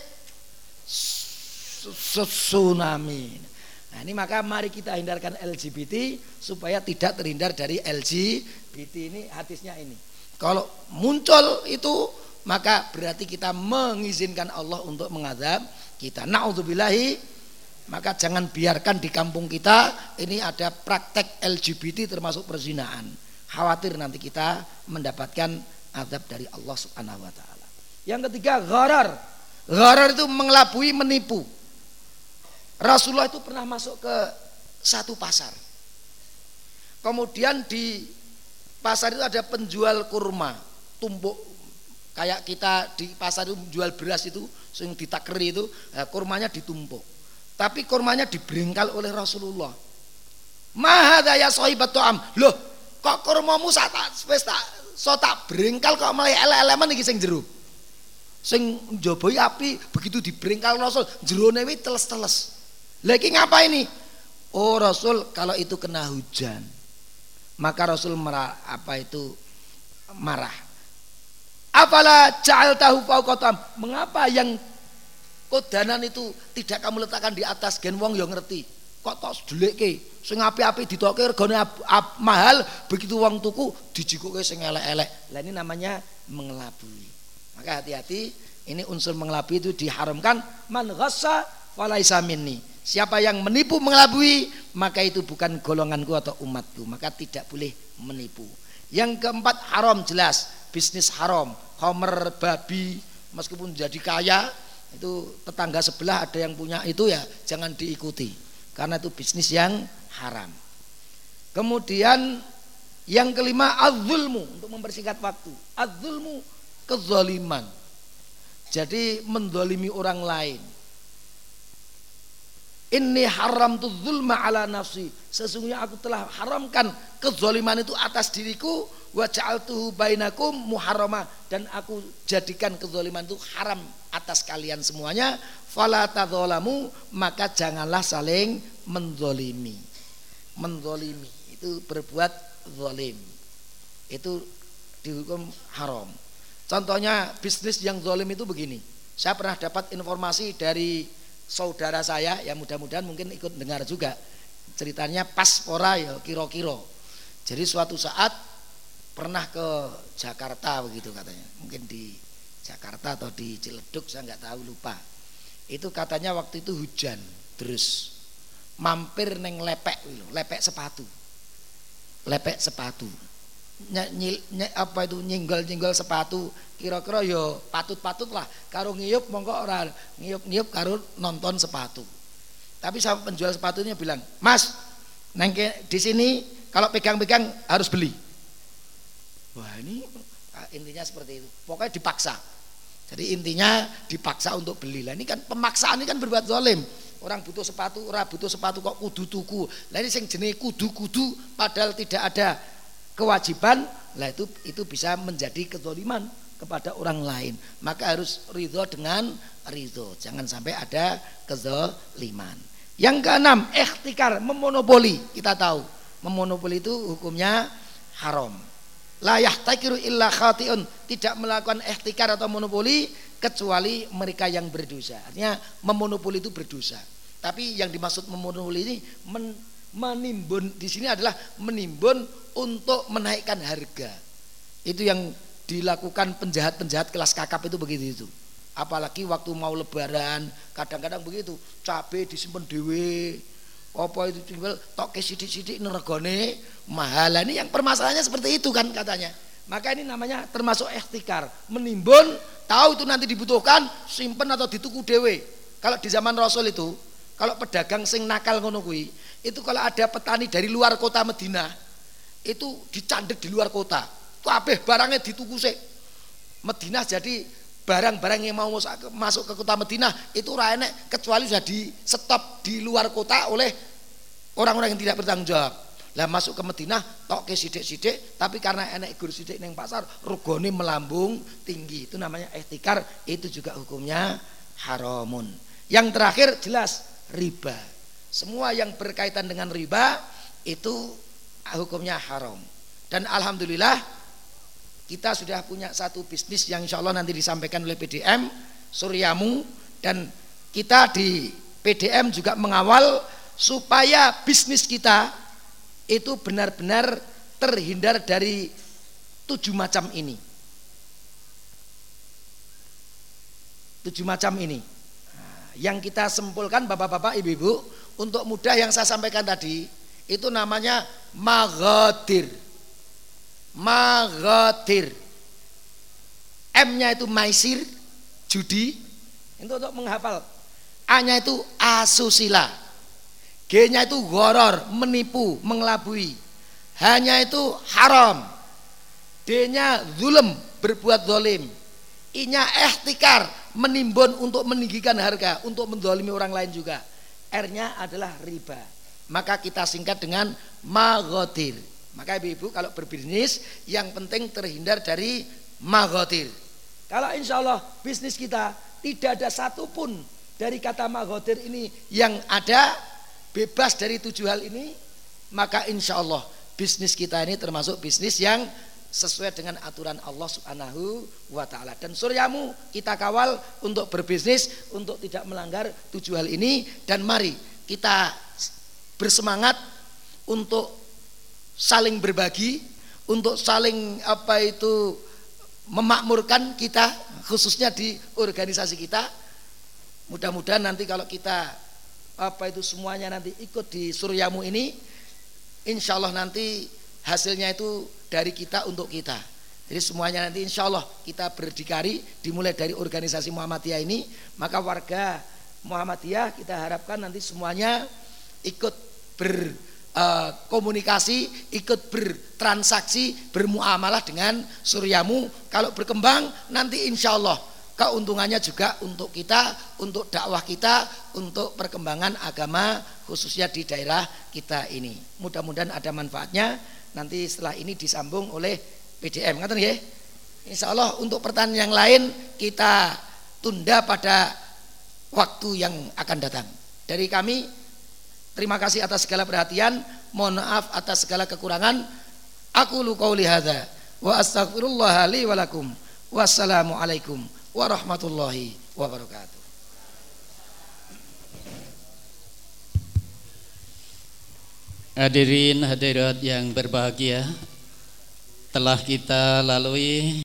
S2: tsunami. Nah ini maka mari kita hindarkan L G B T supaya tidak terhindar dari L G B T. Ini hadisnya ini. Kalau muncul itu maka berarti kita mengizinkan Allah untuk mengadab kita. Na'udzubillahi. Maka jangan biarkan di kampung kita ini ada praktek L G B T termasuk perzinahan. Khawatir nanti kita mendapatkan azab dari Allah Subhanahu wa taala. Yang ketiga, gharar. Gharar itu mengelabui, menipu. Rasulullah itu pernah masuk ke satu pasar. Kemudian di pasar itu ada penjual kurma, tumpuk kayak kita di pasar itu jual beras itu, sing ditakeri itu, nah, kurmanya ditumpuk. Tapi kurmanya dibrengkal oleh Rasulullah. Mahadha ya sahibat ta'am. Loh, kok kurmamu sak tak wis tak so tak brengkal kok malah elek-eleman iki sing jero. Sing njoboi api begitu dibrengkal Rasul, jerone wi teles-teles. Lah iki ngapa ini? Oh Rasul, kalau itu kena hujan. Maka Rasul marah, apa itu marah. Apalah ja'altahu fawqatam. Mengapa yang kodanan itu tidak kamu letakkan di atas, gen wong yo ngerti. Kok tok delekke sing api-api ditokke regane mahal, begitu wong tuku dijikuke sing elek-elek. Lah ini namanya mengelabui. Maka hati-hati, ini unsur mengelabui itu diharamkan. Man ghassa falaisa minni. Siapa yang menipu mengelabui, maka itu bukan golonganku atau umatku. Maka tidak boleh menipu. Yang keempat, haram jelas, bisnis haram, homer babi, meskipun jadi kaya, itu tetangga sebelah ada yang punya itu ya jangan diikuti. Karena itu bisnis yang haram. Kemudian yang kelima, az-zulmu, untuk mempersingkat waktu. Az-zulmu, kezaliman. Jadi menzalimi orang lain. Inni haramtu zulma ala nafsi. Sesungguhnya aku telah haramkan kezaliman itu atas diriku. Wa ja'altuhu bainakum muharrama, dan aku jadikan kezaliman itu haram atas kalian semuanya. Fala tadzalamu, maka janganlah saling menzalimi. Menzalimi itu berbuat zalim. Itu dihukum haram. Contohnya bisnis yang zalim itu begini. Saya pernah dapat informasi dari saudara saya, ya mudah-mudahan mungkin ikut dengar juga ceritanya pas ora ya kira-kira. Jadi suatu saat pernah ke Jakarta begitu katanya, mungkin di Jakarta atau di Ciledug, saya nggak tahu, lupa. Itu katanya waktu itu hujan terus mampir neng lepek, lepek sepatu, lepek sepatu, ny, ny, apa itu nyinggol-nyinggol sepatu, kira-kira yo patut-patut lah, karo ngiyup mongko orang ngiyup-ngiyup karo nonton sepatu. Tapi sama penjual sepatunya bilang, Mas, neng di sini kalau pegang-pegang harus beli. Wah ini intinya seperti itu, pokoknya dipaksa. Jadi intinya dipaksa untuk beli. Lah ini kan pemaksaan ini kan berbuat zalim. Orang butuh sepatu, orang butuh sepatu kok kudu tuku. Lah ini sing jenenge kudu-kudu padahal tidak ada kewajiban, lah itu itu bisa menjadi kezaliman kepada orang lain. Maka harus ridho dengan ridho. Jangan sampai ada kezaliman. Yang keenam, ikhtikar, memonopoli. Kita tahu, memonopoli itu hukumnya haram. La yahtakiru illa khati'un, tidak melakukan ikhtikar atau monopoli kecuali mereka yang berdosa. Artinya memonopoli itu berdosa. Tapi yang dimaksud memonopoli ini men, menimbun di sini adalah menimbun untuk menaikkan harga. Itu yang dilakukan penjahat-penjahat kelas kakap itu begitu itu. Apalagi waktu mau lebaran, kadang-kadang begitu, cabai disimpan dewe. Apa itu tinggal tok sidik-sidik neregone mahal. Ini yang permasalahannya seperti itu kan katanya. Maka ini namanya termasuk ikhtikar, menimbun, tahu itu nanti dibutuhkan, simpen atau dituku dewe. Kalau di zaman Rasul itu, kalau pedagang sing nakal ngono kuwi, itu kalau ada petani dari luar kota Madinah, itu dicandek di luar kota. Kabeh barangnya dituku sik. Madinah jadi barang-barang yang mau masuk ke kota Madinah itu ora enek kecuali sudah di stop di luar kota oleh orang-orang yang tidak bertanggung jawab. Lah masuk ke Madinah tok ke sidik-sidik, tapi karena enek gur sidik ning pasar regane melambung tinggi. Itu namanya ikhtikar, itu juga hukumnya haramun. Yang terakhir jelas riba. Semua yang berkaitan dengan riba itu hukumnya haram. Dan alhamdulillah kita sudah punya satu bisnis yang insya Allah nanti disampaikan oleh P D M Suryamu, dan kita di P D M juga mengawal supaya bisnis kita itu benar-benar terhindar dari tujuh macam ini. Tujuh macam ini. Nah, yang kita simpulkan Bapak-bapak, Ibu-ibu, untuk mudah yang saya sampaikan tadi itu namanya maghadir. Maghadir. M-nya itu maisir, judi. Itu untuk menghafal. A-nya itu asusila. G-nya itu ghoror, menipu, mengelabui. H-nya itu haram. D-nya zulm, berbuat zalim. I-nya ihtikar, menimbun untuk meninggikan harga, untuk menzalimi orang lain juga. R-nya adalah riba. Maka kita singkat dengan maghadir. Maka ibu-ibu kalau berbisnis yang penting terhindar dari maghadir. Kalau insya Allah bisnis kita tidak ada satupun dari kata maghadir ini yang ada, bebas dari tujuh hal ini, maka insya Allah bisnis kita ini termasuk bisnis yang sesuai dengan aturan Allah Subhanahu wa ta'ala. Dan Suryamu kita kawal untuk berbisnis, untuk tidak melanggar tujuh hal ini. Dan mari kita bersemangat untuk saling berbagi, untuk saling apa itu memakmurkan kita, khususnya di organisasi kita. Mudah-mudahan nanti kalau kita apa itu semuanya nanti ikut di Suryamu ini, insya Allah nanti hasilnya itu dari kita untuk kita. Jadi semuanya nanti insya Allah kita berdikari, dimulai dari organisasi Muhammadiyah ini. Maka warga Muhammadiyah kita harapkan nanti semuanya ikut ber Uh, komunikasi, ikut bertransaksi, bermuamalah dengan Suryamu. Kalau berkembang nanti insya Allah keuntungannya juga untuk kita, untuk dakwah kita, untuk perkembangan agama khususnya di daerah kita ini. Mudah-mudahan ada manfaatnya. Nanti setelah ini disambung oleh P D M. Ngaten nggih? Insya Allah untuk pertanyaan yang lain kita tunda pada waktu yang akan datang. Dari kami terima kasih atas segala perhatian, mohon maaf atas segala kekurangan. Aku lu qauli hadza wa astaghfirullah li wa lakum. Wassalamu alaikum warahmatullahi wabarakatuh.
S1: Hadirin hadirat yang berbahagia, telah kita lalui